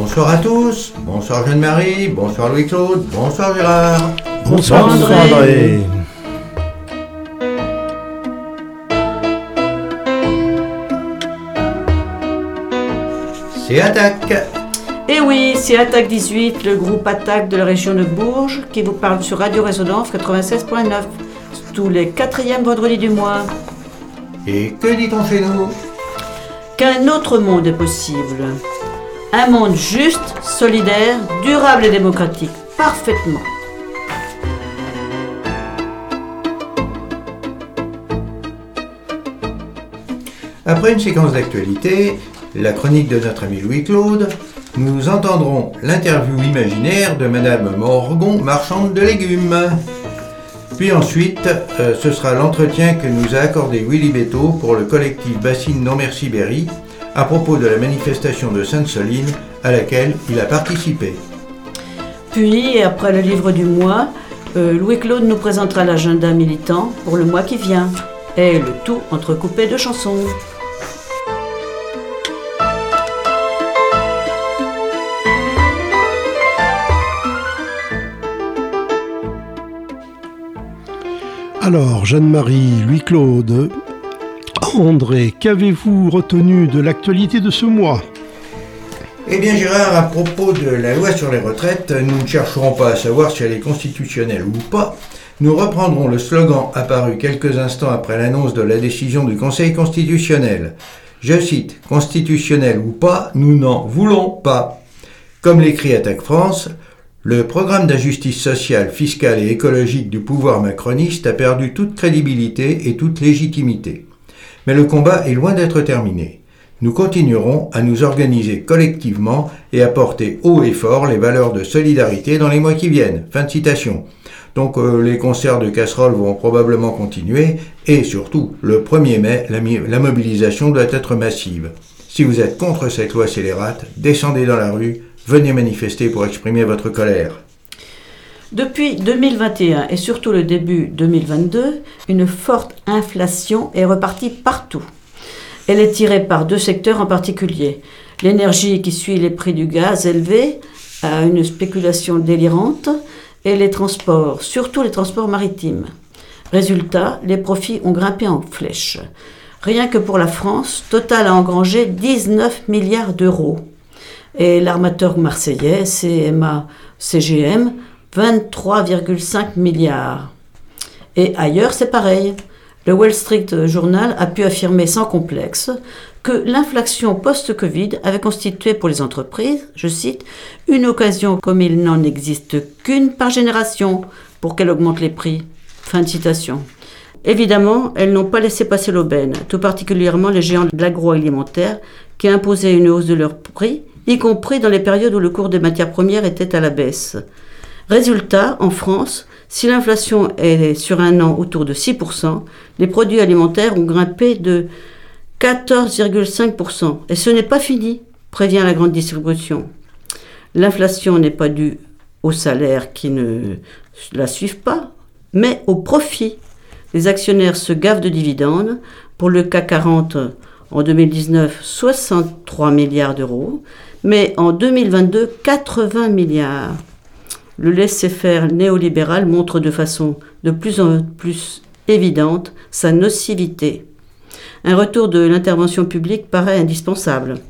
Bonsoir à tous, bonsoir Jeanne-Marie, bonsoir Louis-Claude, bonsoir Gérard. Bonsoir André. C'est Attaque. Et oui, c'est Attaque 18, le groupe Attaque de la région de Bourges, qui vous parle sur Radio Résonance 96.9, tous les 4e vendredis du mois. Et que dit-on chez nous ? Qu'un autre monde est possible. Un monde juste, solidaire, durable et démocratique. Parfaitement. Après une séquence d'actualité, la chronique de notre ami Louis-Claude, nous entendrons l'interview imaginaire de Madame Morgon, marchande de légumes. Puis ensuite, ce sera l'entretien que nous a accordé Willy Beto pour le collectif Bassine Non Merci Berry à propos de la manifestation de Sainte-Soline à laquelle il a participé. Puis, après le livre du mois, Louis-Claude nous présentera l'agenda militant pour le mois qui vient. Et le tout entrecoupé de chansons. Alors, Jeanne-Marie, Louis-Claude, André, qu'avez-vous retenu de l'actualité de ce mois ? Eh bien Gérard, à propos de la loi sur les retraites, nous ne chercherons pas à savoir si elle est constitutionnelle ou pas. Nous reprendrons le slogan apparu quelques instants après l'annonce de la décision du Conseil constitutionnel. Je cite, « Constitutionnel ou pas, nous n'en voulons pas ». Comme l'écrit Attaque France, le programme d'injustice sociale, fiscale et écologique du pouvoir macroniste a perdu toute crédibilité et toute légitimité. Mais le combat est loin d'être terminé. Nous continuerons à nous organiser collectivement et à porter haut et fort les valeurs de solidarité dans les mois qui viennent. Fin de citation. Donc les concerts de casseroles vont probablement continuer et surtout, le 1er mai, la mobilisation doit être massive. Si vous êtes contre cette loi scélérate, descendez dans la rue, venez manifester pour exprimer votre colère. Depuis 2021 et surtout le début 2022, une forte inflation est repartie partout. Elle est tirée par deux secteurs en particulier. L'énergie qui suit les prix du gaz élevés à une spéculation délirante et les transports, surtout les transports maritimes. Résultat, les profits ont grimpé en flèche. Rien que pour la France, Total a engrangé 19 milliards d'euros. Et l'armateur marseillais, CMA-CGM, 23,5 milliards. Et ailleurs, c'est pareil. Le Wall Street Journal a pu affirmer sans complexe que l'inflation post-Covid avait constitué pour les entreprises, je cite, « une occasion comme il n'en existe qu'une par génération pour qu'elle augmente les prix ». Fin de citation. Évidemment, elles n'ont pas laissé passer l'aubaine, tout particulièrement les géants de l'agroalimentaire qui imposaient une hausse de leurs prix, y compris dans les périodes où le cours des matières premières était à la baisse. Résultat, en France, si l'inflation est sur un an autour de 6%, les produits alimentaires ont grimpé de 14,5%. Et ce n'est pas fini, prévient la grande distribution. L'inflation n'est pas due aux salaires qui ne la suivent pas, mais aux profits. Les actionnaires se gavent de dividendes. Pour le CAC 40, en 2019, 63 milliards d'euros, mais en 2022, 80 milliards. Le laisser-faire néolibéral montre de façon de plus en plus évidente sa nocivité. Un retour de l'intervention publique paraît indispensable.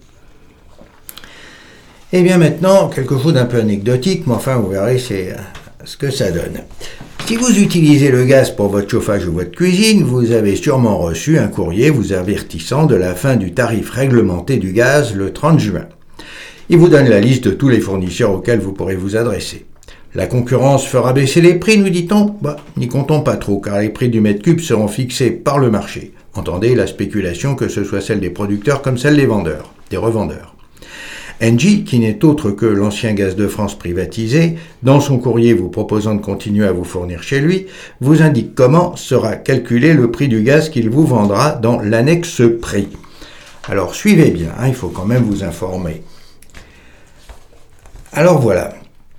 Et bien maintenant, quelque chose d'un peu anecdotique, mais enfin vous verrez c'est ce que ça donne. Si vous utilisez le gaz pour votre chauffage ou votre cuisine, vous avez sûrement reçu un courrier vous avertissant de la fin du tarif réglementé du gaz le 30 juin. Il vous donne la liste de tous les fournisseurs auxquels vous pourrez vous adresser. La concurrence fera baisser les prix, nous dit-on ? N'y comptons pas trop, car les prix du mètre cube seront fixés par le marché. Entendez la spéculation, que ce soit celle des producteurs comme celle des vendeurs, des revendeurs. Engie, qui n'est autre que l'ancien Gaz de France privatisé, dans son courrier vous proposant de continuer à vous fournir chez lui, vous indique comment sera calculé le prix du gaz qu'il vous vendra dans l'annexe prix. Alors suivez bien, il faut quand même vous informer. Alors voilà.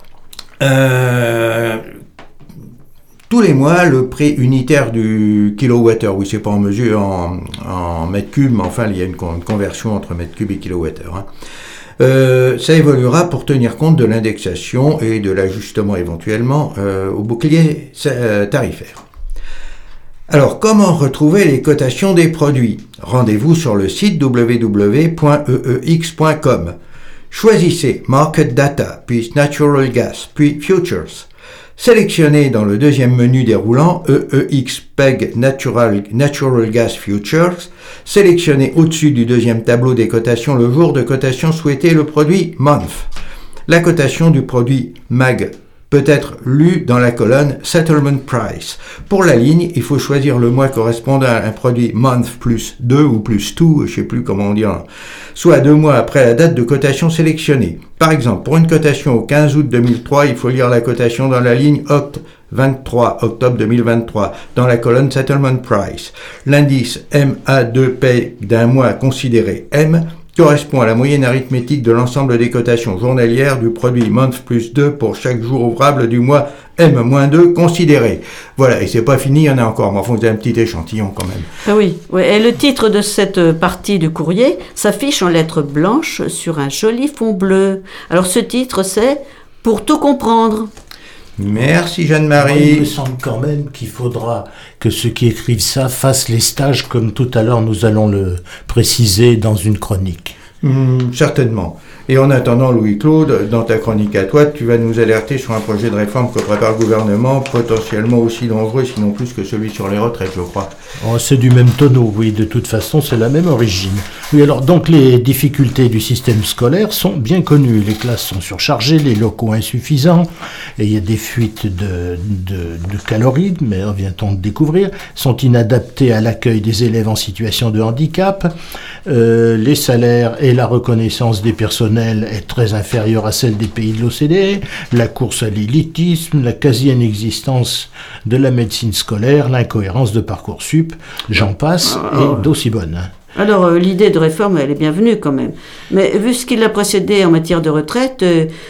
Tous les mois, le prix unitaire du kilowattheure, oui, c'est pas en mesure en mètre cube, mais enfin, il y a une conversion entre mètre cube et kilowattheure, Ça évoluera pour tenir compte de l'indexation et de l'ajustement éventuellement au bouclier tarifaire. Alors, comment retrouver les cotations des produits ? Rendez-vous sur le site www.eex.com. Choisissez Market Data, puis Natural Gas, puis Futures. Sélectionnez dans le deuxième menu déroulant EEX PEG Natural Gas Futures. Sélectionnez au-dessus du deuxième tableau des cotations le jour de cotation souhaité, le produit Month. La cotation du produit MAG peut être lue dans la colonne Settlement Price. Pour la ligne, il faut choisir le mois correspondant à un produit Month plus 2 ou plus 2, je ne sais plus comment on dit, soit 2 mois après la date de cotation sélectionnée. Par exemple, pour une cotation au 15 août 2003, il faut lire la cotation dans la ligne Oct 23, octobre 2023, dans la colonne Settlement Price. L'indice MA2P d'un mois considéré M correspond à la moyenne arithmétique de l'ensemble des cotations journalières du produit Month plus 2 pour chaque jour ouvrable du mois M-2 considéré. Voilà, et c'est pas fini, il y en a encore, mais enfin, vous avez un petit échantillon quand même. Ah oui, et le titre de cette partie du courrier s'affiche en lettres blanches sur un joli fond bleu. Alors ce titre, c'est « Pour tout comprendre ». Merci Jeanne-Marie. Il me semble quand même qu'il faudra que ceux qui écrivent ça fassent les stages comme tout à l'heure nous allons le préciser dans une chronique. Certainement. Et en attendant, Louis-Claude, dans ta chronique à toi, tu vas nous alerter sur un projet de réforme que prépare le gouvernement, potentiellement aussi dangereux, sinon plus que celui sur les retraites, je crois. Oh, c'est du même tonneau, oui, de toute façon, c'est la même origine. Oui, alors, donc, les difficultés du système scolaire sont bien connues. Les classes sont surchargées, les locaux insuffisants, et il y a des fuites de calories, mais vient-on de découvrir, sont inadaptés à l'accueil des élèves en situation de handicap, les salaires et la reconnaissance des personnels est très inférieure à celle des pays de l'OCDE, la course à l'élitisme, la quasi-inexistence de la médecine scolaire, l'incohérence de Parcoursup, j'en passe, et d'aussi bonne. Alors, l'idée de réforme, elle est bienvenue quand même. Mais vu ce qui l'a précédé en matière de retraite,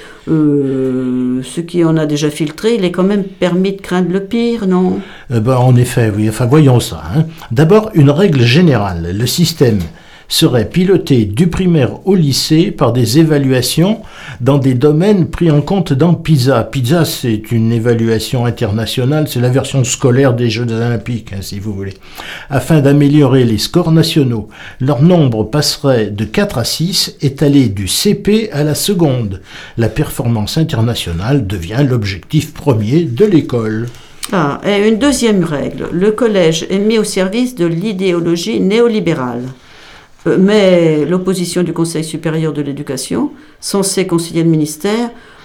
ce qui en a déjà filtré, il est quand même permis de craindre le pire, non ? En effet, oui. Enfin, voyons ça. D'abord, une règle générale. Le système serait piloté du primaire au lycée par des évaluations dans des domaines pris en compte dans PISA. PISA, c'est une évaluation internationale, c'est la version scolaire des Jeux Olympiques, si vous voulez. Afin d'améliorer les scores nationaux, leur nombre passerait de 4 à 6, étalé du CP à la seconde. La performance internationale devient l'objectif premier de l'école. Ah, et une deuxième règle, le collège est mis au service de l'idéologie néolibérale. Mais l'opposition du Conseil supérieur de l'éducation, censé concilier le ministère,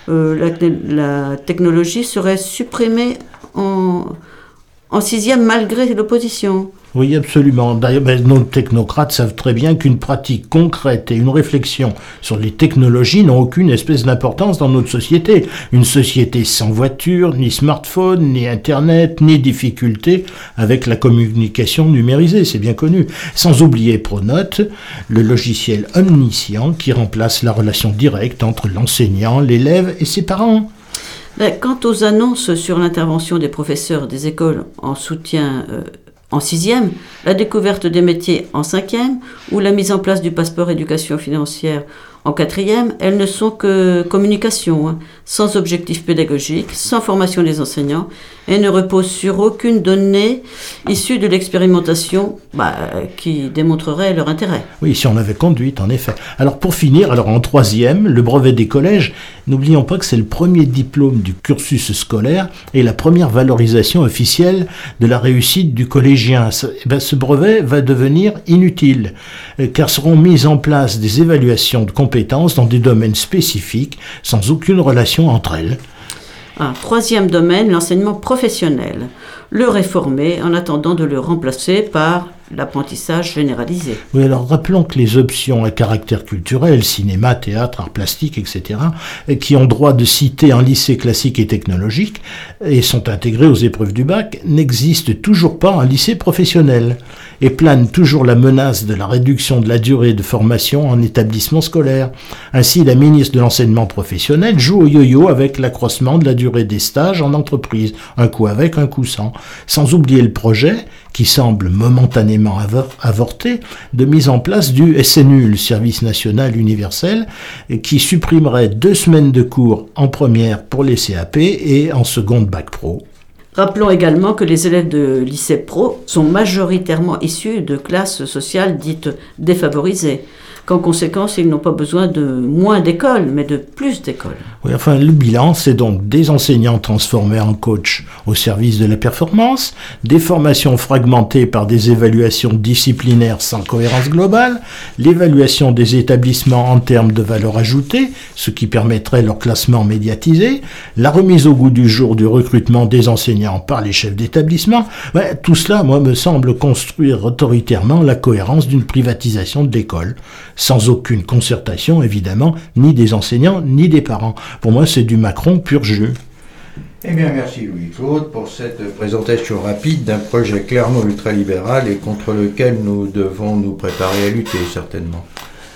la technologie serait supprimée en 6e malgré l'opposition. Oui, absolument. D'ailleurs, nos technocrates savent très bien qu'une pratique concrète et une réflexion sur les technologies n'ont aucune espèce d'importance dans notre société. Une société sans voiture, ni smartphone, ni Internet, ni difficulté avec la communication numérisée, c'est bien connu. Sans oublier Pronote, le logiciel omniscient qui remplace la relation directe entre l'enseignant, l'élève et ses parents. Quant aux annonces sur l'intervention des professeurs des écoles en soutien en 6e, la découverte des métiers en 5e ou la mise en place du passeport éducation financière en 4e, elles ne sont que communication, sans objectif pédagogique, sans formation des enseignants et ne reposent sur aucune donnée issue de l'expérimentation qui démontrerait leur intérêt. Oui, si on l'avait conduite, en effet. Alors pour finir, en 3e, le brevet des collèges, n'oublions pas que c'est le premier diplôme du cursus scolaire et la première valorisation officielle de la réussite du collégien. Ce brevet va devenir inutile, car seront mises en place des évaluations de compétences dans des domaines spécifiques, sans aucune relation entre elles. 3e domaine, l'enseignement professionnel. Le réformer en attendant de le remplacer par l'apprentissage généralisé. Oui, alors rappelons que les options à caractère culturel, cinéma, théâtre, arts plastiques, etc., qui ont droit de citer en lycée classique et technologique et sont intégrées aux épreuves du bac, n'existent toujours pas en lycée professionnel et plane toujours la menace de la réduction de la durée de formation en établissement scolaire. Ainsi, la ministre de l'enseignement professionnel joue au yo-yo avec l'accroissement de la durée des stages en entreprise, un coup avec, un coup sans oublier le projet qui semble momentanément spontanément avorté, de mise en place du SNU, le Service National Universel, qui supprimerait 2 semaines de cours en première pour les CAP et en seconde bac pro. Rappelons également que les élèves de lycée pro sont majoritairement issus de classes sociales dites défavorisées, qu'en conséquence, ils n'ont pas besoin de moins d'écoles, mais de plus d'écoles. Oui, enfin, le bilan, c'est donc des enseignants transformés en coach au service de la performance, des formations fragmentées par des évaluations disciplinaires sans cohérence globale, l'évaluation des établissements en termes de valeur ajoutée, ce qui permettrait leur classement médiatisé, la remise au goût du jour du recrutement des enseignants par les chefs d'établissement. Ouais, tout cela, moi, me semble construire autoritairement la cohérence d'une privatisation de l'école, sans aucune concertation, évidemment, ni des enseignants, ni des parents. Pour moi, c'est du Macron pur jus. Eh bien, merci Louis-Claude pour cette présentation rapide d'un projet clairement ultralibéral et contre lequel nous devons nous préparer à lutter, certainement.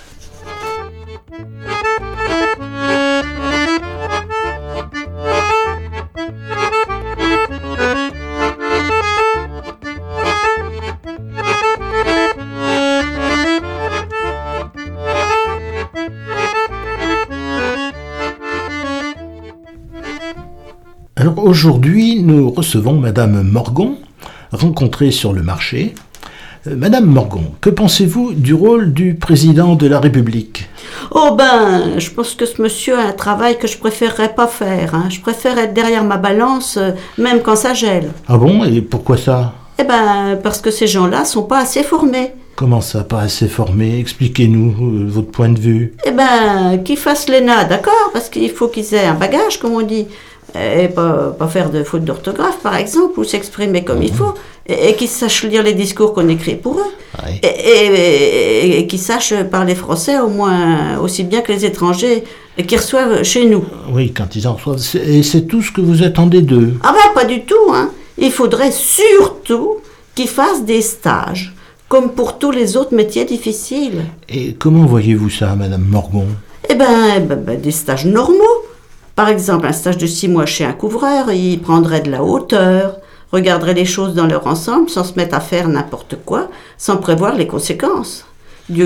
Alors aujourd'hui, nous recevons Madame Morgon, rencontrée sur le marché. Madame Morgon, que pensez-vous du rôle du président de la République ? Oh ben, je pense que ce monsieur a un travail que je préférerais pas faire. Je préfère être derrière ma balance, même quand ça gèle. Ah bon ? Et pourquoi ça ? Eh ben, parce que ces gens-là sont pas assez formés. Comment ça, pas assez formé ? Expliquez-nous votre point de vue. Eh ben, qu'ils fassent l'ENA, d'accord ? Parce qu'il faut qu'ils aient un bagage, comme on dit. Et pas faire de fautes d'orthographe, par exemple, ou s'exprimer comme il faut, et qu'ils sachent lire les discours qu'on écrit pour eux, Ouais. et qu'ils sachent parler français au moins aussi bien que les étrangers qui reçoivent chez nous. Oui, quand ils en reçoivent. Et c'est tout ce que vous attendez d'eux ? Ah ben, pas du tout, Il faudrait surtout qu'ils fassent des stages, comme pour tous les autres métiers difficiles. Et comment voyez-vous ça, Madame Morgon ? Eh ben, des stages normaux. Par exemple, un stage de 6 mois chez un couvreur, il prendrait de la hauteur, regarderait les choses dans leur ensemble sans se mettre à faire n'importe quoi, sans prévoir les conséquences. Du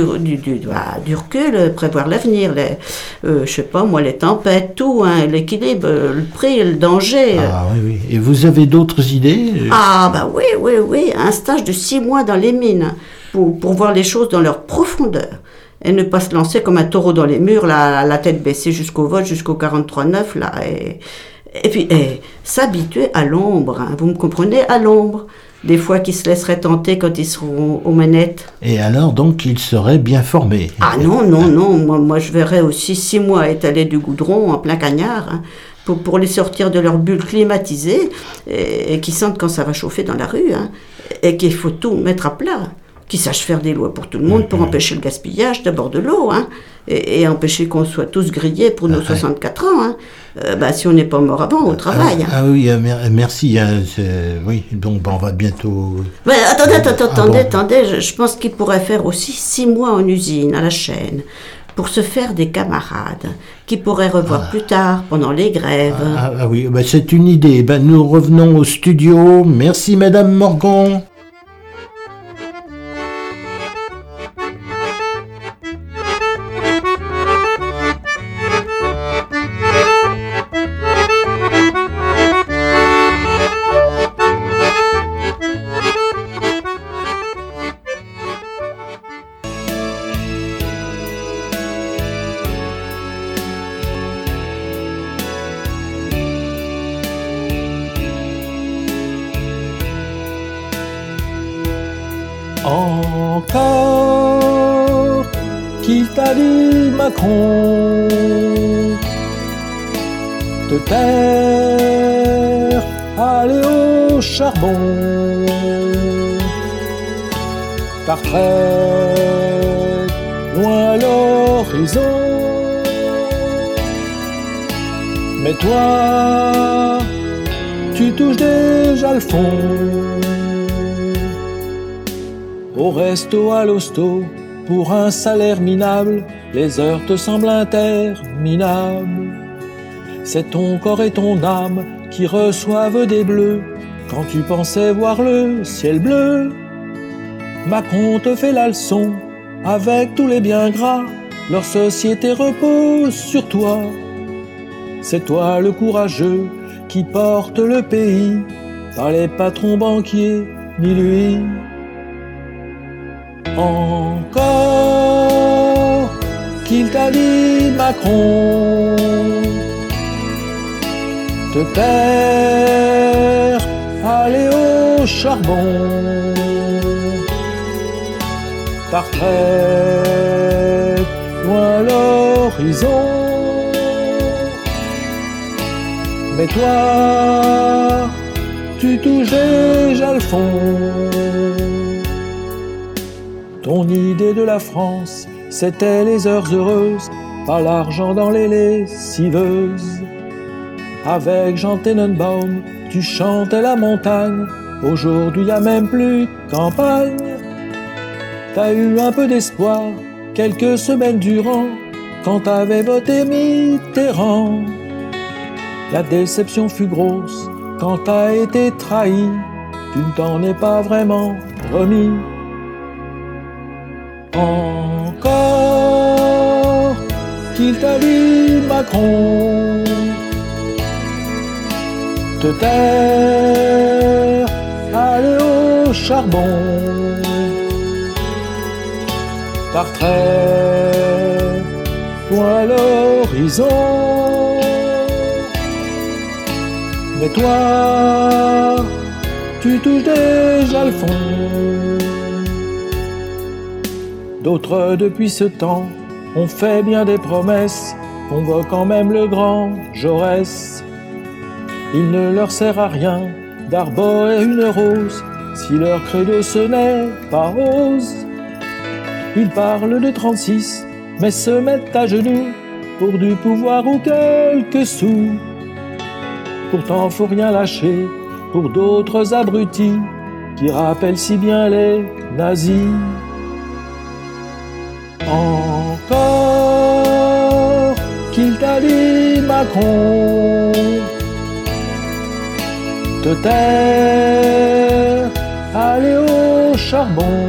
recul, prévoir l'avenir, je sais pas moi, les tempêtes, tout, l'équilibre, le prix, le danger. Ah oui. Et vous avez d'autres idées ? Ah bah oui, un stage de 6 mois dans les mines, pour voir les choses dans leur profondeur. Et ne pas se lancer comme un taureau dans les murs, la tête baissée jusqu'au vote, jusqu'au 43-9, là. Et puis, s'habituer à l'ombre, vous me comprenez, à l'ombre. Des fois qu'ils se laisseraient tenter quand ils seront aux manettes. Et alors, donc, ils seraient bien formés ? Ah non, moi je verrais aussi 6 mois étaler du goudron en plein cagnard, pour les sortir de leur bulle climatisée, et qu'ils sentent quand ça va chauffer dans la rue, et qu'il faut tout mettre à plat. Qui sachent faire des lois pour tout le monde, pour empêcher le gaspillage, d'abord de l'eau, et empêcher qu'on soit tous grillés pour nos 64 ans. Si on n'est pas mort avant, au travail. Oui, merci. Oui, donc on va bientôt... Mais attendez, je pense qu'il pourrait faire aussi 6 mois en usine, à la chaîne, pour se faire des camarades, qui pourraient revoir plus tard, pendant les grèves. Oui, c'est une idée. Nous revenons au studio. Merci, Madame Morgon. Encore qu'il t'a dit Macron de taire, aller au charbon, ta retraite loin à l'horizon. Mais toi, tu touches déjà le fond. Au resto, à l'hosto, pour un salaire minable, les heures te semblent interminables. C'est ton corps et ton âme qui reçoivent des bleus quand tu pensais voir le ciel bleu. Macron te fait la leçon, avec tous les biens gras, leur société repose sur toi. C'est toi le courageux qui porte le pays, pas les patrons banquiers, ni lui. Encore qu'il t'a dit Macron, te taire, aller au charbon, ta retraite, loin l'horizon. Mais toi, tu touches déjà le fond. Ton idée de la France, c'était les heures heureuses, pas l'argent dans les lessiveuses. Avec Jean Tenenbaum, tu chantais la montagne, aujourd'hui y a même plus de campagne. T'as eu un peu d'espoir, quelques semaines durant, quand t'avais voté Mitterrand. La déception fut grosse, quand t'as été trahi, tu ne t'en es pas vraiment remis. Encore qu'il t'a dit Macron, te taire, aller au charbon, ta retraite, loin à l'horizon. Mais toi, tu touches déjà le fond. D'autres depuis ce temps ont fait bien des promesses, convoquant même le grand Jaurès. Il ne leur sert à rien d'arborer une rose, si leur credo ce n'est pas rose. Ils parlent de 36, mais se mettent à genoux pour du pouvoir ou quelques sous. Pourtant faut rien lâcher pour d'autres abrutis qui rappellent si bien les nazis. Encore qu'il t'a dit Macron, te taire, aller au charbon,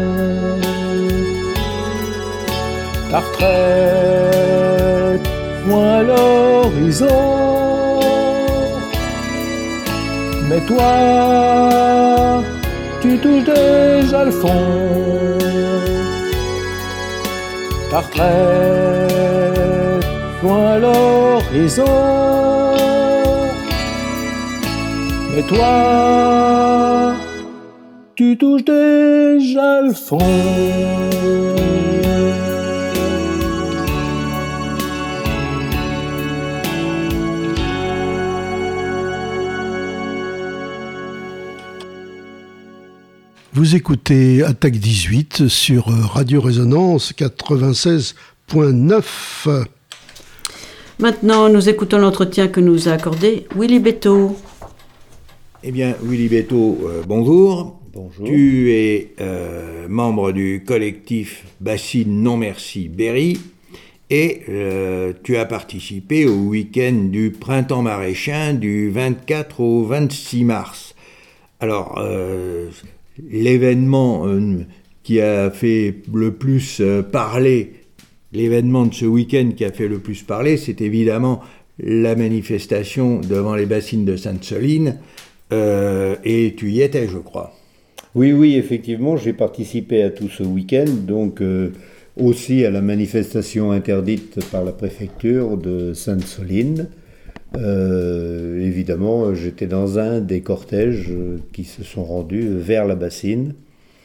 ta retraite, loin à l'horizon. Mais toi, tu touches déjà le fond. Ta retraite, loin à l'horizon. Mais toi, tu touches déjà le fond. Vous écoutez Attaque 18 sur Radio Résonance 96.9. Maintenant, nous écoutons l'entretien que nous a accordé Willy Bétaux. Eh bien, Willy Bétaux, bonjour. Bonjour. Tu es membre du collectif Bassine Non Merci Berry et tu as participé au week-end du printemps maraîchin du 24 au 26 mars. Alors, l'événement qui a fait le plus parler, l'événement de ce week-end qui a fait le plus parler, c'est évidemment la manifestation devant les bassines de Sainte-Soline, et tu y étais, je crois. Oui, effectivement, j'ai participé à tout ce week-end, donc aussi à la manifestation interdite par la préfecture de Sainte-Soline. Évidemment, j'étais dans un des cortèges qui se sont rendus vers la bassine,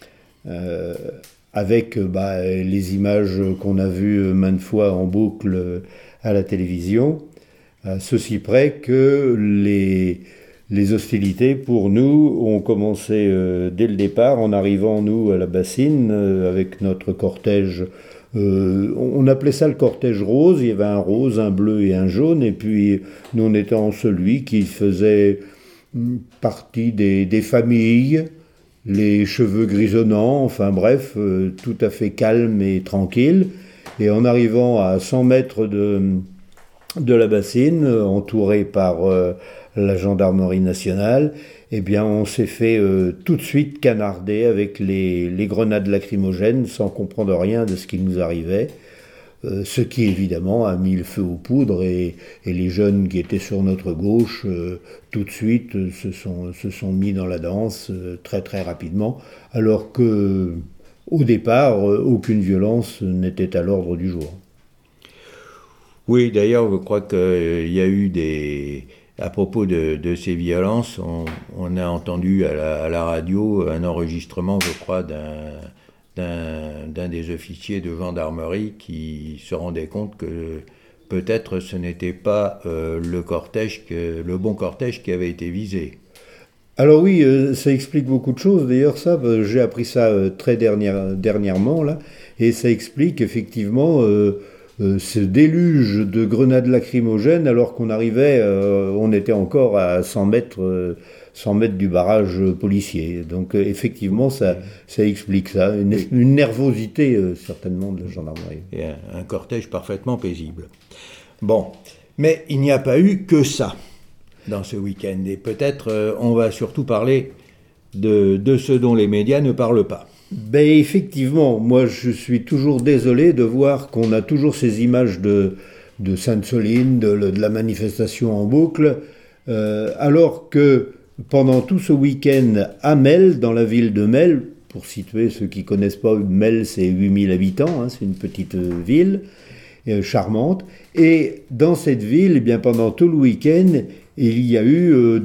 avec les images qu'on a vues maintes fois en boucle à la télévision, à ceci près que les hostilités pour nous ont commencé dès le départ, en arrivant nous à la bassine avec notre cortège. On appelait ça le cortège rose, il y avait un rose, un bleu et un jaune, et puis nous on était en celui qui faisait partie des familles, les cheveux grisonnants, enfin bref, tout à fait calme et tranquille. Et en arrivant à 100 mètres de la bassine, entouré par la gendarmerie nationale, eh bien on s'est fait tout de suite canarder avec les grenades lacrymogènes sans comprendre rien de ce qui nous arrivait. Ce qui évidemment a mis le feu aux poudres et les jeunes qui étaient sur notre gauche tout de suite se sont mis dans la danse très très rapidement, alors que au départ aucune violence n'était à l'ordre du jour. Oui, d'ailleurs je crois qu'il y a eu à propos de ces violences, on a entendu à la radio un enregistrement, je crois, d'un des officiers de gendarmerie qui se rendait compte que peut-être ce n'était pas le bon cortège qui avait été visé. Alors oui, ça explique beaucoup de choses. D'ailleurs, ça, j'ai appris ça très dernièrement, là, et ça explique effectivement ce déluge de grenades lacrymogènes alors qu'on arrivait, on était encore à 100 mètres du barrage policier. Donc effectivement, ça explique ça, une nervosité certainement de la gendarmerie. Et un cortège parfaitement paisible. Bon, mais il n'y a pas eu que ça dans ce week-end. Et peut-être on va surtout parler de ce dont les médias ne parlent pas. Ben effectivement, moi je suis toujours désolé de voir qu'on a toujours ces images de Sainte-Soline, de la manifestation en boucle, alors que pendant tout ce week-end à Melle, dans la ville de Melle, pour situer ceux qui ne connaissent pas, Melle c'est 8000 habitants, c'est une petite ville charmante, et dans cette ville, eh bien, pendant tout le week-end, il y a eu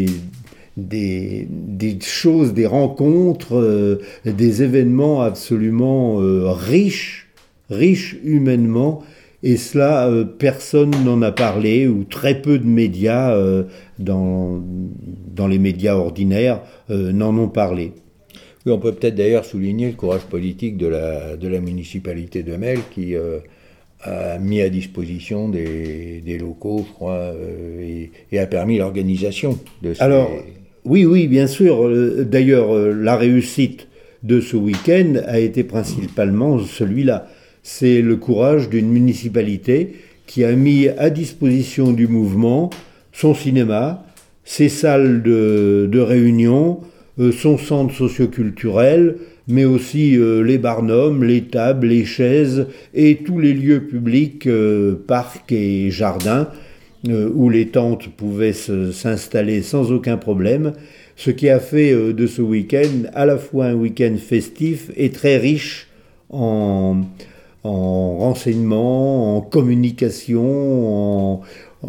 des choses, des rencontres, des événements absolument riches humainement, et cela, personne n'en a parlé, ou très peu de médias, dans les médias ordinaires, n'en ont parlé. Oui, on peut peut-être d'ailleurs souligner le courage politique de la municipalité de Melle qui a mis à disposition des locaux, je crois, et a permis l'organisation de ces... Alors, oui, bien sûr. D'ailleurs, la réussite de ce week-end a été principalement celui-là. C'est le courage d'une municipalité qui a mis à disposition du mouvement son cinéma, ses salles de réunion, son centre socioculturel, mais aussi les barnums, les tables, les chaises et tous les lieux publics, parcs et jardins, où les tentes pouvaient s'installer sans aucun problème, ce qui a fait de ce week-end à la fois un week-end festif et très riche en renseignements, en communication,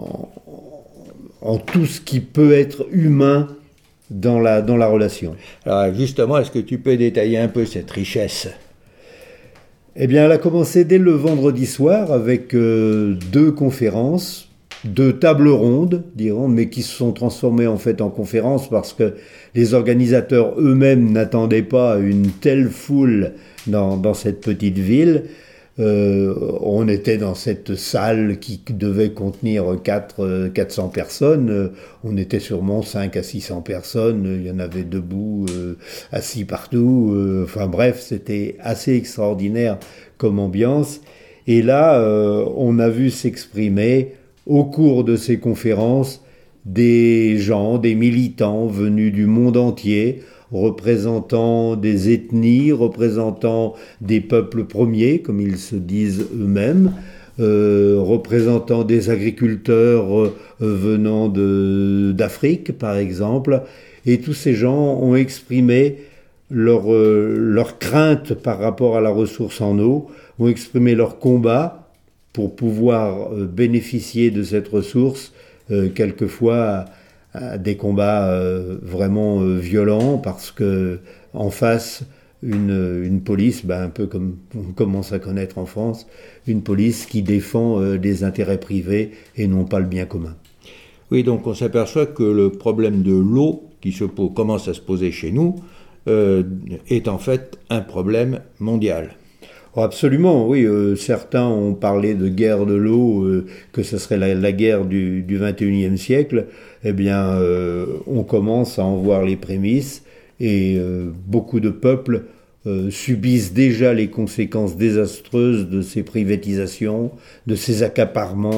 en tout ce qui peut être humain dans la relation. Alors justement, est-ce que tu peux détailler un peu cette richesse ? Eh bien, elle a commencé dès le vendredi soir avec 2 conférences, 2 tables rondes, dirons, mais qui se sont transformées en fait en conférences parce que les organisateurs eux-mêmes n'attendaient pas une telle foule dans cette petite ville. On était dans cette salle qui devait contenir 400 personnes. On était sûrement 5 à 600 personnes. Il y en avait debout, assis partout. Enfin bref, c'était assez extraordinaire comme ambiance. Et là, on a vu s'exprimer au cours de ces conférences des gens, des militants venus du monde entier, représentant des ethnies, représentant des peuples premiers, comme ils se disent eux-mêmes, représentant des agriculteurs venant d'Afrique, par exemple. Et tous ces gens ont exprimé leur crainte par rapport à la ressource en eau, ont exprimé leur combat pour pouvoir bénéficier de cette ressource, quelquefois des combats vraiment violents, parce que en face, une police, un peu comme on commence à connaître en France, une police qui défend des intérêts privés et non pas le bien commun. Oui, donc on s'aperçoit que le problème de l'eau qui commence à se poser chez nous est en fait un problème mondial. Oh, absolument, oui. Certains ont parlé de guerre de l'eau, que ce serait la guerre du 21e siècle. Eh bien, on commence à en voir les prémices et beaucoup de peuples subissent déjà les conséquences désastreuses de ces privatisations, de ces accaparements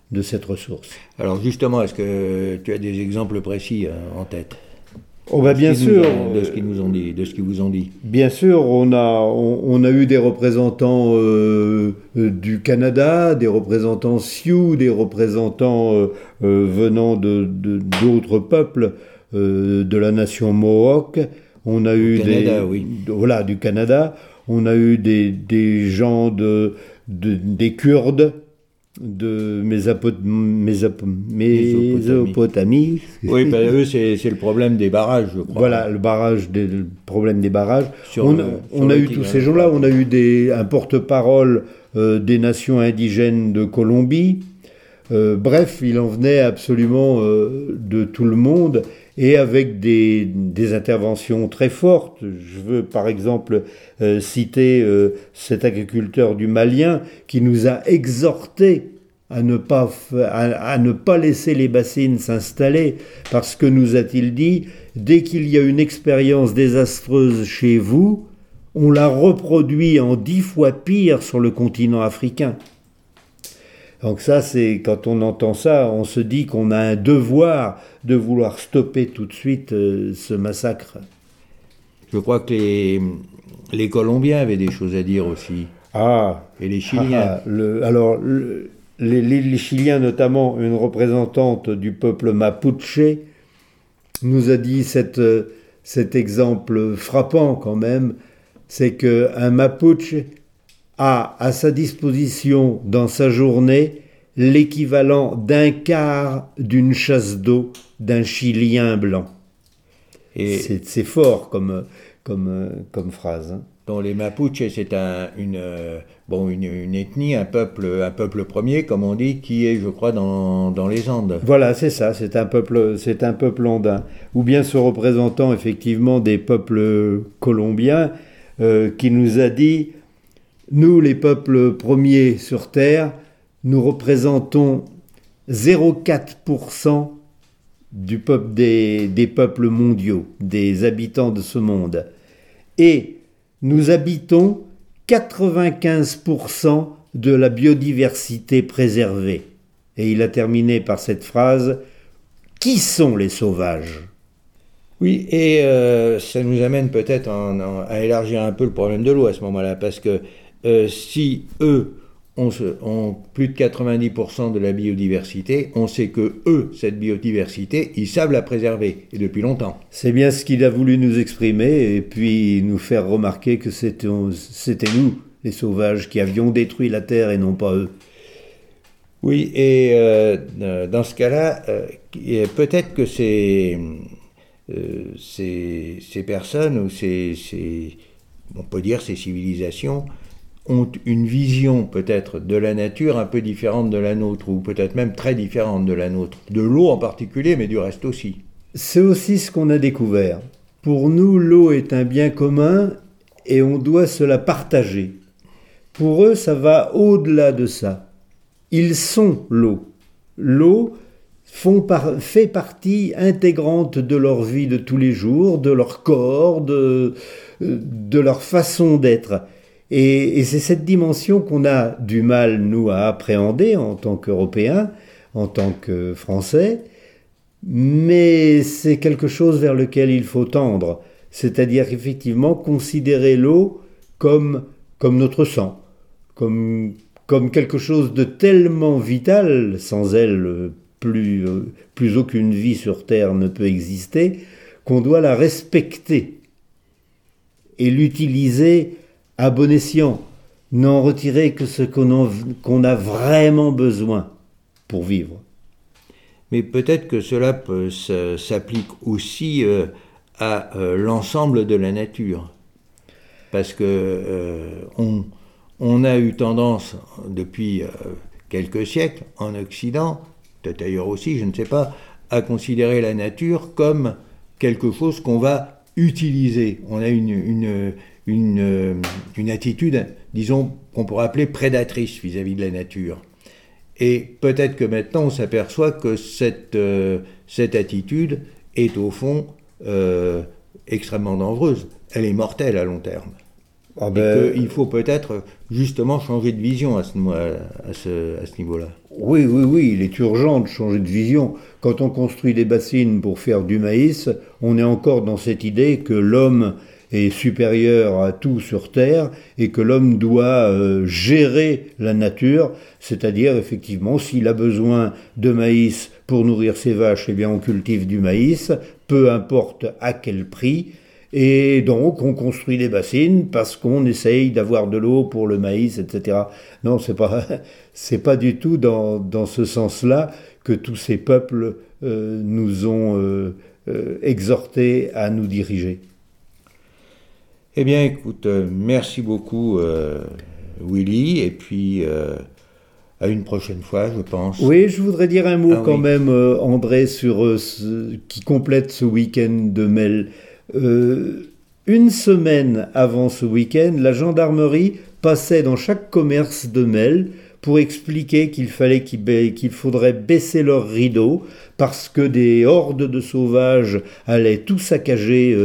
de cette ressource. Alors justement, est-ce que tu as des exemples précis en tête? Bien sûr. De ce qu'ils nous ont dit, de ce qu'ils vous ont dit. Bien sûr, on a eu des représentants du Canada, des représentants Sioux, des représentants venant d'autres peuples, de la nation Mohawk. On a eu du Canada. On a eu des gens des Kurdes, de Mésopotamie. Oui, eux, c'est le problème des barrages, je crois. Voilà, le problème des barrages. On a eu tous ces gens-là. On a eu un porte-parole des nations indigènes de Colombie. Bref, il en venait absolument de tout le monde, et avec des interventions très fortes. Je veux par exemple citer cet agriculteur du Malien qui nous a exhortés à ne pas laisser les bassines s'installer, parce que, nous a-t-il dit, dès qu'il y a une expérience désastreuse chez vous, on la reproduit en 10 fois pire sur le continent africain. Donc ça, c'est, quand on entend ça, on se dit qu'on a un devoir de vouloir stopper tout de suite ce massacre. Je crois que les Colombiens avaient des choses à dire aussi. Et les Chiliens. Les Chiliens, notamment une représentante du peuple Mapuche, nous a dit cet exemple frappant quand même, c'est qu'un Mapuche a à sa disposition dans sa journée l'équivalent d'un quart d'une chasse d'eau d'un Chilien blanc. Et c'est fort comme phrase. Hein. Donc les Mapuches, c'est une ethnie, un peuple premier, comme on dit, qui est, je crois, dans les Andes. Voilà, c'est ça, c'est un peuple andin. Ou bien ce représentant effectivement des peuples colombiens qui nous a dit: nous, les peuples premiers sur Terre, nous représentons 0,4% du peuple des peuples mondiaux, des habitants de ce monde. Et nous habitons 95% de la biodiversité préservée. Et il a terminé par cette phrase: qui sont les sauvages ? Oui, et ça nous amène peut-être à élargir un peu le problème de l'eau à ce moment-là, parce que si eux ont plus de 90% de la biodiversité, on sait que eux, cette biodiversité, ils savent la préserver, et depuis longtemps. C'est bien ce qu'il a voulu nous exprimer, et puis nous faire remarquer que c'était nous, les sauvages, qui avions détruit la terre et non pas eux. Oui, et dans ce cas-là, peut-être que ces personnes, ou on peut dire ces civilisations, ont une vision peut-être de la nature un peu différente de la nôtre, ou peut-être même très différente de la nôtre. De l'eau en particulier, mais du reste aussi. C'est aussi ce qu'on a découvert. Pour nous, l'eau est un bien commun et on doit se la partager. Pour eux, ça va au-delà de ça. Ils sont l'eau. L'eau fait partie intégrante de leur vie de tous les jours, de leur corps, de leur façon d'être. Et c'est cette dimension qu'on a du mal, nous, à appréhender en tant qu'Européens, en tant que Français, mais c'est quelque chose vers lequel il faut tendre, c'est-à-dire effectivement considérer l'eau comme notre sang, comme quelque chose de tellement vital. Sans elle, plus aucune vie sur Terre ne peut exister, qu'on doit la respecter et l'utiliser à bon escient, n'en retirer que ce qu'on a vraiment besoin pour vivre. Mais peut-être que cela s'applique aussi à l'ensemble de la nature. Parce que on a eu tendance, depuis quelques siècles, en Occident, peut-être ailleurs aussi, je ne sais pas, à considérer la nature comme quelque chose qu'on va utiliser. On a une attitude, disons, qu'on pourrait appeler prédatrice vis-à-vis de la nature. Et peut-être que maintenant on s'aperçoit que cette attitude est au fond extrêmement dangereuse. Elle est mortelle à long terme. Il faut peut-être justement changer de vision à ce niveau-là. Oui, il est urgent de changer de vision. Quand on construit des bassines pour faire du maïs, on est encore dans cette idée que l'homme est supérieur à tout sur Terre et que l'homme doit gérer la nature, c'est-à-dire effectivement s'il a besoin de maïs pour nourrir ses vaches, eh bien on cultive du maïs, peu importe à quel prix. Et donc, on construit des bassines parce qu'on essaye d'avoir de l'eau pour le maïs, etc. Non, c'est pas du tout dans ce sens-là que tous ces peuples nous ont exhortés à nous diriger. Eh bien, écoute, merci beaucoup, Willy, et puis à une prochaine fois, je pense. Oui, je voudrais dire un mot même, André, sur qui complète ce week-end de Mel. Une semaine avant ce week-end, la gendarmerie passait dans chaque commerce de Mel pour expliquer qu'il faudrait baisser leurs rideaux parce que des hordes de sauvages allaient tout saccager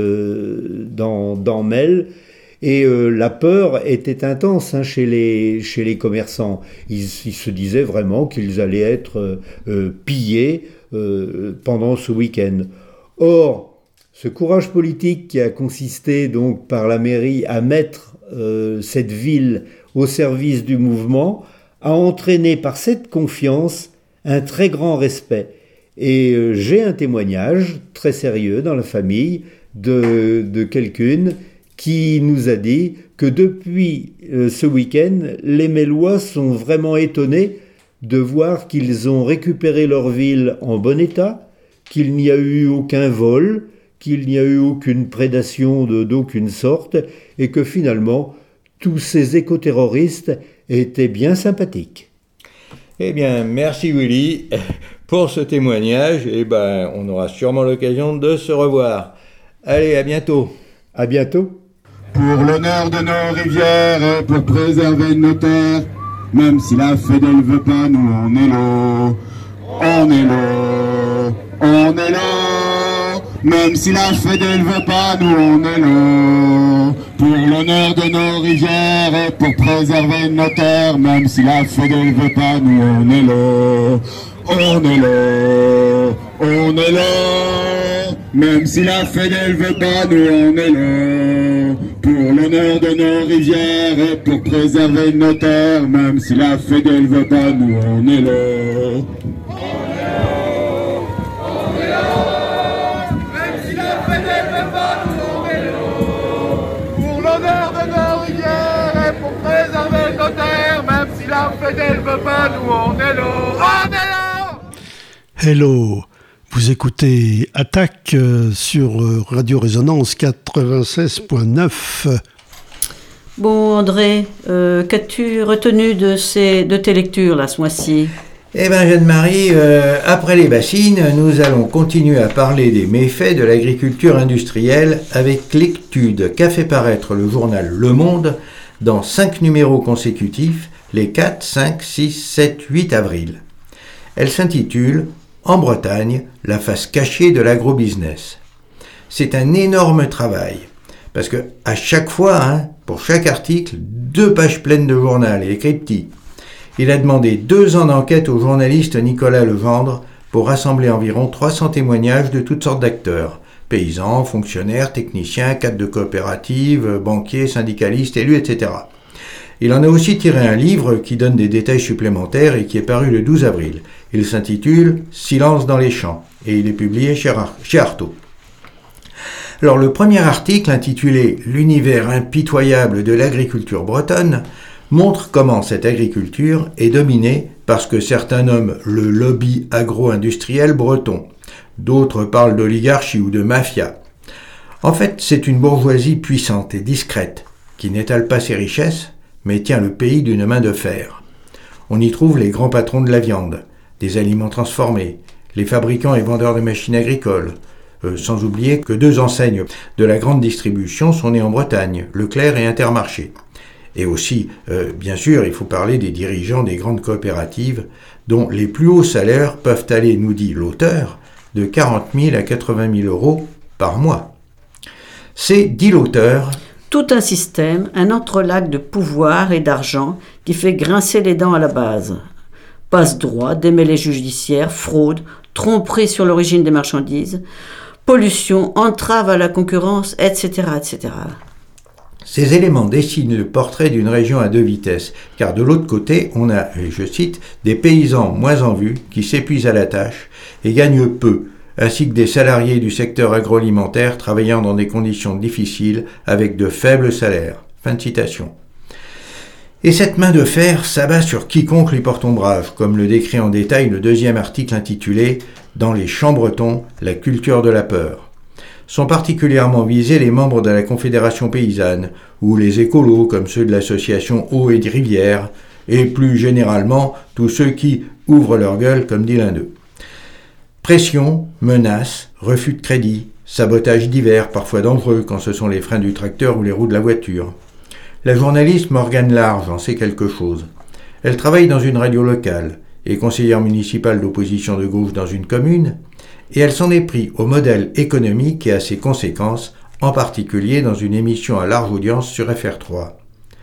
dans Mel. Et la peur était intense chez les commerçants. Ils se disaient vraiment qu'ils allaient être pillés pendant ce week-end. Or, ce courage politique qui a consisté donc par la mairie à mettre cette ville au service du mouvement a entraîné par cette confiance un très grand respect. Et j'ai un témoignage très sérieux dans la famille de quelqu'une qui nous a dit que depuis ce week-end, les Mélois sont vraiment étonnés de voir qu'ils ont récupéré leur ville en bon état, qu'il n'y a eu aucun vol, qu'il n'y a eu aucune prédation d'aucune sorte, et que finalement, tous ces écoterroristes étaient bien sympathiques. Eh bien, merci Willy pour ce témoignage, et on aura sûrement l'occasion de se revoir. Allez, à bientôt. À bientôt. Pour l'honneur de nos rivières et pour préserver nos terres, même si la Fédé ne veut pas, nous on est là. On est là. On est là. Même si la Fédé ne veut pas, nous on est là. Pour l'honneur de nos rivières et pour préserver nos terres, même si la Fédé ne veut pas, nous on est là. On est là. On est là. Même si la Fédé ne veut pas, nous on est là. Pour l'honneur de nos rivières et pour préserver nos terres, même si la Fédé ne veut pas, nous on est là. La Fédé ne veut pas, nous on est là, on est là. Hello, vous écoutez Attaque sur Radio Résonance 96.9. Bon André, qu'as-tu retenu de tes lectures là ce mois-ci ? Eh bien Jeanne-Marie, après les bassines, nous allons continuer à parler des méfaits de l'agriculture industrielle avec l'étude qu'a fait paraître le journal Le Monde dans 5 numéros consécutifs les 4, 5, 6, 7, 8 avril. Elle s'intitule « En Bretagne, la face cachée de l'agrobusiness ». C'est un énorme travail, parce que à chaque fois, pour chaque article, 2 pages pleines de journal et écrit petit. Il a demandé 2 ans d'enquête au journaliste Nicolas Legendre pour rassembler environ 300 témoignages de toutes sortes d'acteurs, paysans, fonctionnaires, techniciens, cadres de coopératives, banquiers, syndicalistes, élus, etc. Il en a aussi tiré un livre qui donne des détails supplémentaires et qui est paru le 12 avril. Il s'intitule « Silence dans les champs » et il est publié chez Artaud. Alors le premier article intitulé « L'univers impitoyable de l'agriculture bretonne » montre comment cette agriculture est dominée par ce que certains nomment le lobby agro-industriel breton. D'autres parlent d'oligarchie ou de mafia. En fait, c'est une bourgeoisie puissante et discrète qui n'étale pas ses richesses, mais tient le pays d'une main de fer. On y trouve les grands patrons de la viande, des aliments transformés, les fabricants et vendeurs de machines agricoles, sans oublier que 2 enseignes de la grande distribution sont nées en Bretagne, Leclerc et Intermarché. Et aussi, bien sûr, il faut parler des dirigeants des grandes coopératives, dont les plus hauts salaires peuvent aller, nous dit l'auteur, de 40 000 à 80 000 euros par mois. C'est, dit l'auteur, Tout un système, un entrelac de pouvoir et d'argent qui fait grincer les dents à la base. Passe-droit, démêlés judiciaires, fraude, tromperie sur l'origine des marchandises, pollution, entrave à la concurrence, etc., etc. Ces éléments dessinent le portrait d'une région à deux vitesses, car de l'autre côté, on a, et je cite, des paysans moins en vue qui s'épuisent à la tâche et gagnent peu, ainsi que des salariés du secteur agroalimentaire travaillant dans des conditions difficiles avec de faibles salaires. Fin de citation. Et cette main de fer s'abat sur quiconque lui porte ombrage, comme le décrit en détail le deuxième article intitulé « Dans les champs bretons, la culture de la peur ». Sont particulièrement visés les membres de la Confédération paysanne, ou les écolos comme ceux de l'association Eau et de Rivière, et plus généralement tous ceux qui ouvrent leur gueule, comme dit l'un d'eux. Pression, menaces, refus de crédit, sabotage divers, parfois dangereux quand ce sont les freins du tracteur ou les roues de la voiture. La journaliste Morgane Large en sait quelque chose. Elle travaille dans une radio locale, est conseillère municipale d'opposition de gauche dans une commune, et elle s'en est pris au modèle économique et à ses conséquences, en particulier dans une émission à large audience sur FR3.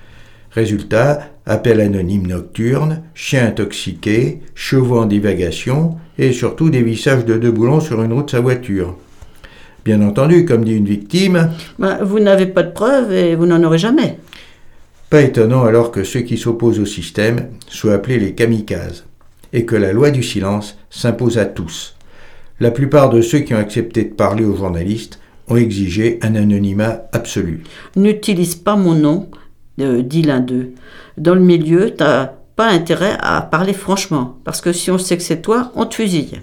Résultat, appel anonyme nocturne, chiens intoxiqués, chevaux en divagation et surtout dévissage de 2 boulons sur une roue de sa voiture. Bien entendu, comme dit une victime... Vous n'avez pas de preuves et vous n'en aurez jamais. Pas étonnant alors que ceux qui s'opposent au système soient appelés les kamikazes et que la loi du silence s'impose à tous. La plupart de ceux qui ont accepté de parler aux journalistes ont exigé un anonymat absolu. N'utilise pas mon nom, dit l'un d'eux. Dans le milieu, t'as pas intérêt à parler franchement, parce que si on sait que c'est toi, on te fusille.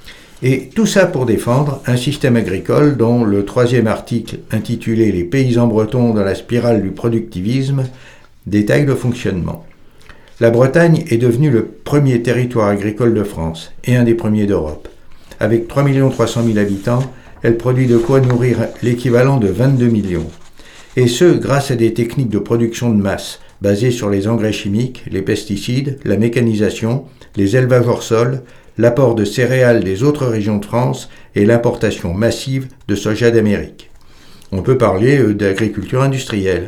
Et tout ça pour défendre un système agricole dont le troisième article, intitulé « Les paysans bretons dans la spirale du productivisme », détaille le fonctionnement. La Bretagne est devenue le premier territoire agricole de France et un des premiers d'Europe. Avec 3 300 000 habitants, elle produit de quoi nourrir l'équivalent de 22 millions. Et ce, grâce à des techniques de production de masse, basées sur les engrais chimiques, les pesticides, la mécanisation, les élevages hors sol, l'apport de céréales des autres régions de France et l'importation massive de soja d'Amérique. On peut parler d'agriculture industrielle.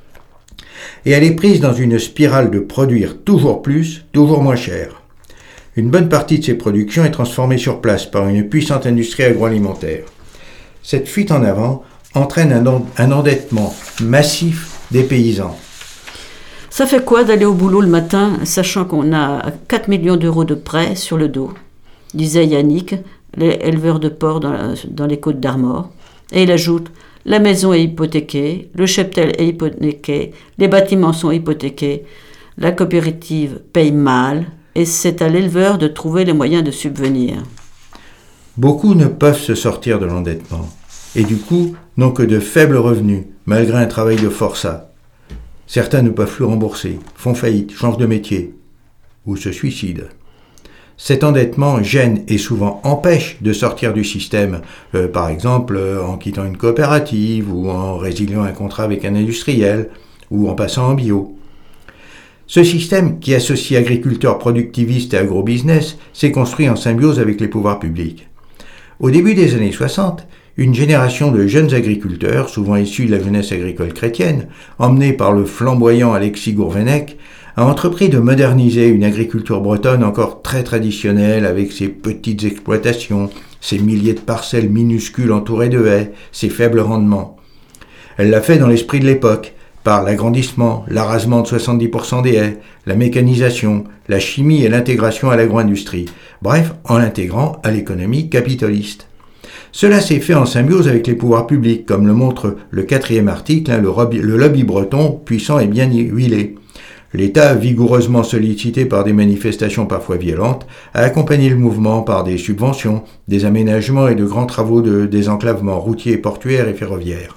Et elle est prise dans une spirale de produire toujours plus, toujours moins cher. Une bonne partie de ces productions est transformée sur place par une puissante industrie agroalimentaire. Cette fuite en avant entraîne un endettement massif des paysans. Ça fait quoi d'aller au boulot le matin, sachant qu'on a 4 millions d'euros de prêts sur le dos, disait Yannick, éleveur de porcs dans les Côtes d'Armor. Et il ajoute, la maison est hypothéquée, le cheptel est hypothéqué, les bâtiments sont hypothéqués, la coopérative paye mal, et c'est à l'éleveur de trouver les moyens de subvenir. Beaucoup ne peuvent se sortir de l'endettement, et du coup n'ont que de faibles revenus, malgré un travail de forçat. Certains ne peuvent plus rembourser, font faillite, changent de métier, ou se suicident. Cet endettement gêne et souvent empêche de sortir du système, par exemple en quittant une coopérative, ou en résiliant un contrat avec un industriel, ou en passant en bio. Ce système, qui associe agriculteurs productivistes et agrobusiness, s'est construit en symbiose avec les pouvoirs publics. Au début des années 60, une génération de jeunes agriculteurs, souvent issus de la jeunesse agricole chrétienne, emmenés par le flamboyant Alexis Gourvenec, a entrepris de moderniser une agriculture bretonne encore très traditionnelle avec ses petites exploitations, ses milliers de parcelles minuscules entourées de haies, ses faibles rendements. Elle l'a fait dans l'esprit de l'époque, par l'agrandissement, l'arasement de 70% des haies, la mécanisation, la chimie et l'intégration à l'agro-industrie, bref, en l'intégrant à l'économie capitaliste. Cela s'est fait en symbiose avec les pouvoirs publics, comme le montre le 4e article, le lobby breton puissant et bien huilé. L'État, vigoureusement sollicité par des manifestations parfois violentes, a accompagné le mouvement par des subventions, des aménagements et de grands travaux de désenclavement routier, portuaire et ferroviaire.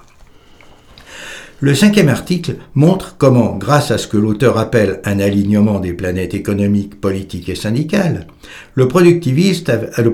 Le 5e article montre comment, grâce à ce que l'auteur appelle un alignement des planètes économiques, politiques et syndicales, le productivisme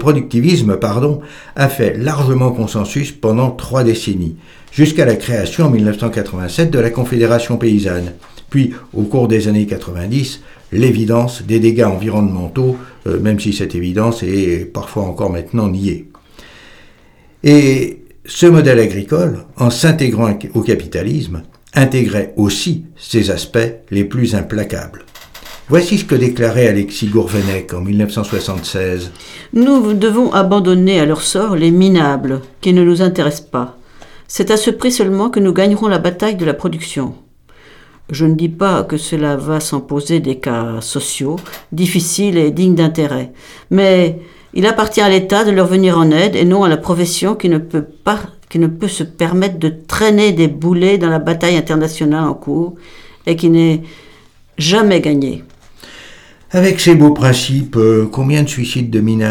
a fait largement consensus pendant 3 décennies, jusqu'à la création en 1987 de la Confédération paysanne, puis au cours des années 90, l'évidence des dégâts environnementaux, même si cette évidence est parfois encore maintenant niée. Et ce modèle agricole, en s'intégrant au capitalisme, intégrait aussi ses aspects les plus implacables. Voici ce que déclarait Alexis Gourvenec en 1976. Nous devons abandonner à leur sort les minables, qui ne nous intéressent pas. C'est à ce prix seulement que nous gagnerons la bataille de la production. Je ne dis pas que cela va sans poser des cas sociaux, difficiles et dignes d'intérêt, mais il appartient à l'État de leur venir en aide et non à la profession qui ne peut se permettre de traîner des boulets dans la bataille internationale en cours et qui n'est jamais gagnée. Avec ces beaux principes, combien de suicides de minables ?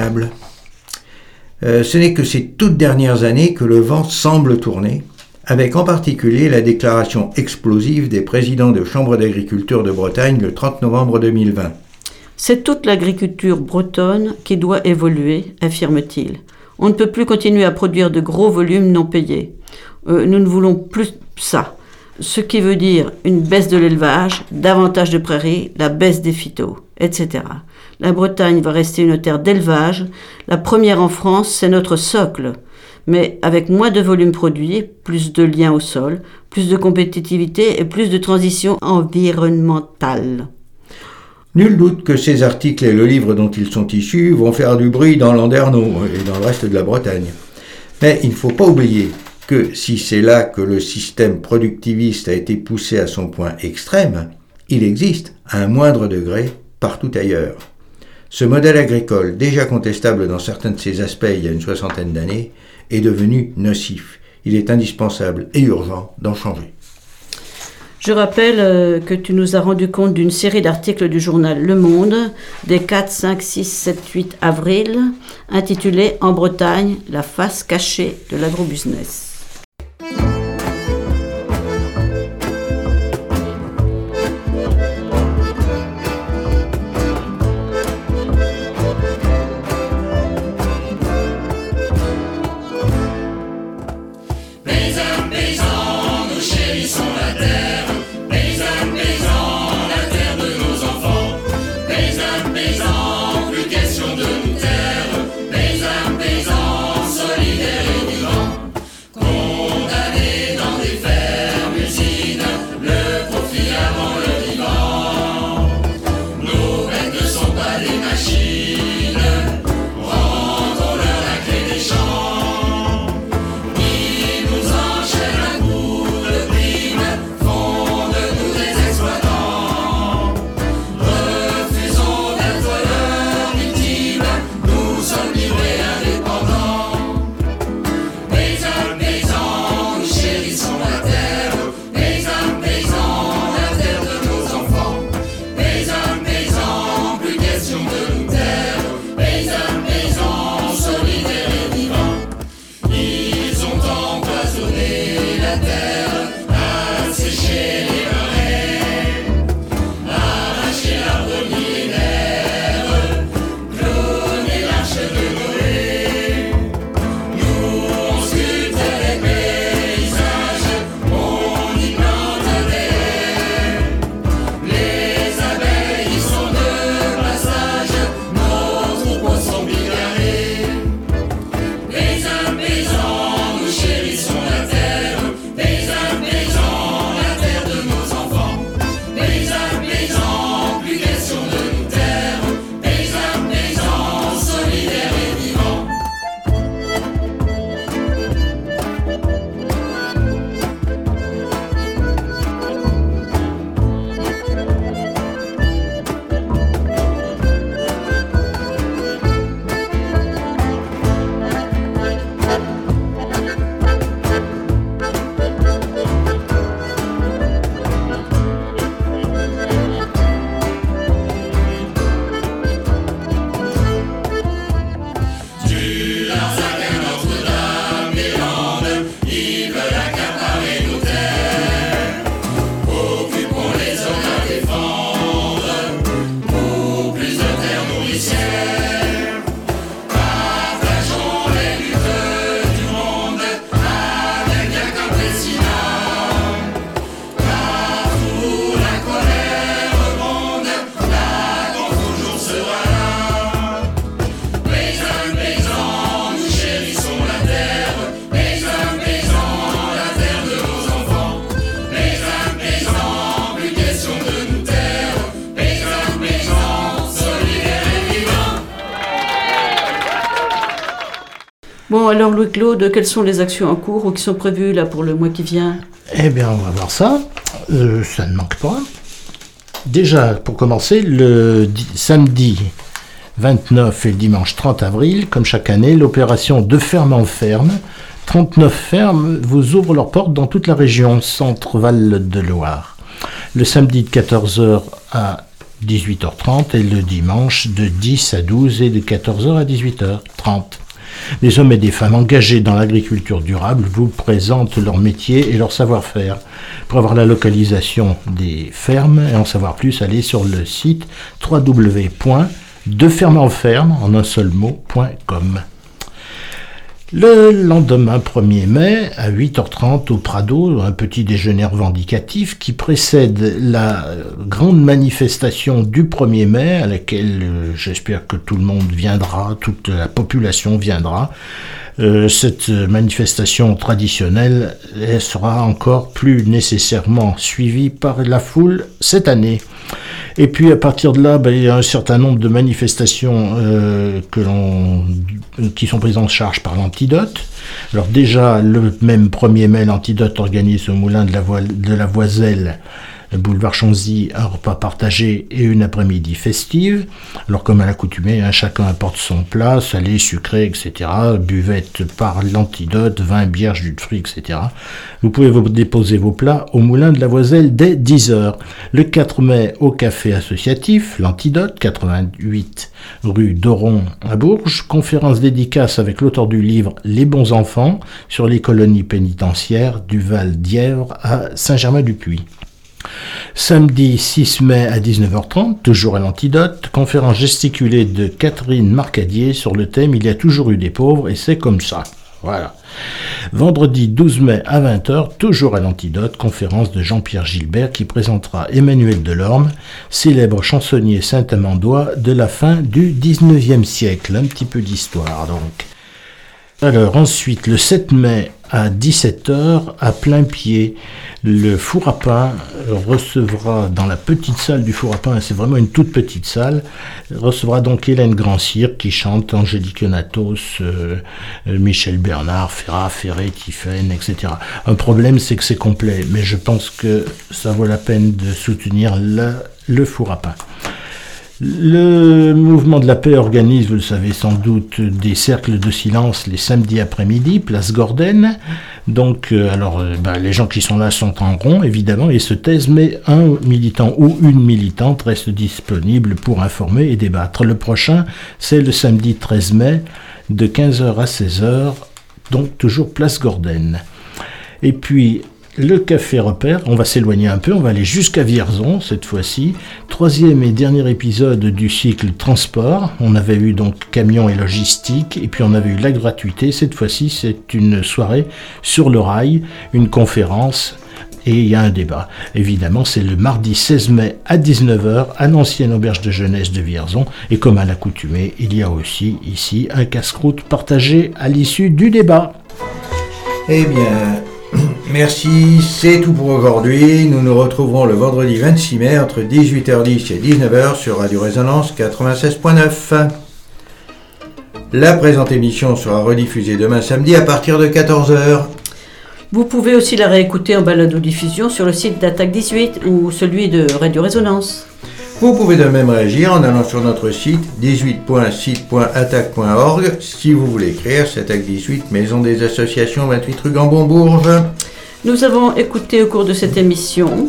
Ce n'est que ces toutes dernières années que le vent semble tourner, avec en particulier la déclaration explosive des présidents de Chambre d'agriculture de Bretagne le 30 novembre 2020. C'est toute l'agriculture bretonne qui doit évoluer, affirme-t-il. On ne peut plus continuer à produire de gros volumes non payés. Nous ne voulons plus ça. Ce qui veut dire une baisse de l'élevage, davantage de prairies, la baisse des phytos, etc. La Bretagne va rester une terre d'élevage. La première en France, c'est notre socle. Mais avec moins de volume produit, plus de liens au sol, plus de compétitivité et plus de transition environnementale. Nul doute que ces articles et le livre dont ils sont issus vont faire du bruit dans Landerneau et dans le reste de la Bretagne. Mais il ne faut pas oublier que si c'est là que le système productiviste a été poussé à son point extrême, il existe, à un moindre degré, partout ailleurs. Ce modèle agricole, déjà contestable dans certains de ses aspects il y a une 60aine d'années, est devenu nocif. Il est indispensable et urgent d'en changer. Je rappelle que tu nous as rendu compte d'une série d'articles du journal Le Monde des 4, 5, 6, 7, 8 avril, intitulés « En Bretagne, la face cachée de l'agrobusiness ». Paysans, solidaires et vivants, Bon, alors Louis-Claude, quelles sont les actions en cours ou qui sont prévues là pour le mois qui vient ? Eh bien, on va voir ça. Ça ne manque pas. Déjà, pour commencer, le samedi 29 et le dimanche 30 avril, comme chaque année, l'opération De Ferme en Ferme. 39 fermes vous ouvrent leurs portes dans toute la région Centre-Val de Loire. Le samedi de 14h à 18h30 et le dimanche de 10 à 12 et de 14h à 18h30. Des hommes et des femmes engagés dans l'agriculture durable vous présentent leur métier et leur savoir-faire. Pour avoir la localisation des fermes et en savoir plus, allez sur le site www.defermeenferme en un seul mot.com. Le lendemain 1er mai, à 8h30 au Prado, un petit déjeuner revendicatif qui précède la grande manifestation du 1er mai, à laquelle j'espère que tout le monde viendra, toute la population viendra. Cette manifestation traditionnelle sera encore plus nécessairement suivie par la foule cette année. Et puis à partir de là, il y a un certain nombre de manifestations qui sont prises en charge par l'Antidote. Alors déjà, le même 1er mai, l'Antidote organise au Moulin de la Voiselle, boulevard Chanzy, un repas partagé et une après-midi festive. Alors comme à l'accoutumée, chacun apporte son plat, salé, sucré, etc. Buvette par l'Antidote, vin, bière, jus de fruits, etc. Vous pouvez déposer vos plats au Moulin de la Voiselle dès 10h. Le 4 mai, au café associatif, l'Antidote, 88 rue d'Oron à Bourges. Conférence dédicace avec l'auteur du livre Les bons enfants sur les colonies pénitentiaires du Val d'Yèvre à Saint-Germain-du-Puy. Samedi 6 mai à 19h30, toujours à l'Antidote, conférence gesticulée de Catherine Marcadier sur le thème « Il y a toujours eu des pauvres et c'est comme ça ». Voilà. Vendredi 12 mai à 20h, toujours à l'Antidote, conférence de Jean-Pierre Gilbert qui présentera Emmanuel Delorme, célèbre chansonnier saint-amandois de la fin du 19e siècle. Un petit peu d'histoire donc. Alors ensuite, le 7 mai à 17h, à plein pied, le four à pain recevra dans la petite salle du four à pain, c'est vraiment une toute petite salle, recevra donc Hélène Grand-Cyr qui chante Angélique Natos, Michel Bernard, Ferrat, Ferré, Tiphaine, etc. Un problème, c'est que c'est complet, mais je pense que ça vaut la peine de soutenir le four à pain. Le mouvement de la paix organise, vous le savez sans doute, des cercles de silence les samedis après-midi, place Gordenne. Donc, les gens qui sont là sont en rond, évidemment, et se taisent, mais un militant ou une militante reste disponible pour informer et débattre. Le prochain, c'est le samedi 13 mai, de 15h à 16h, donc toujours place Gordenne. Et puis, le café repère, on va s'éloigner un peu, on va aller jusqu'à Vierzon cette fois-ci. 3e et dernier épisode du cycle transport. On avait eu donc camion et logistique, et puis on avait eu la gratuité. Cette fois-ci, c'est une soirée sur le rail, une conférence, et il y a un débat. Évidemment, c'est le mardi 16 mai à 19h à l'ancienne auberge de jeunesse de Vierzon. Et comme à l'accoutumée, il y a aussi ici un casse-croûte partagé à l'issue du débat. Eh bien... merci, c'est tout pour aujourd'hui. Nous nous retrouverons le vendredi 26 mai entre 18h10 et 19h sur Radio Résonance 96.9. La présente émission sera rediffusée demain samedi à partir de 14h. Vous pouvez aussi la réécouter en balado-diffusion sur le site d'Attaque 18 ou celui de Radio Résonance. Vous pouvez de même réagir en allant sur notre site 18.site.attaque.org. Si vous voulez écrire, c'est Attaque 18, Maison des Associations, 28 rue Gambon-Bourges. Nous avons écouté au cours de cette émission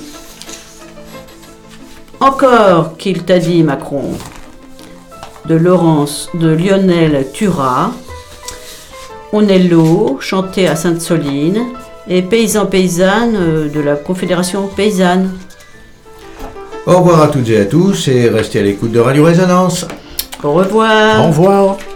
Encore qu'il t'a dit Macron de Lionel Turat, On est l'eau, chanté à Sainte-Soline, et Paysans-Paysannes de la Confédération Paysanne. Au revoir à toutes et à tous et restez à l'écoute de Radio Résonance. Au revoir. Au revoir.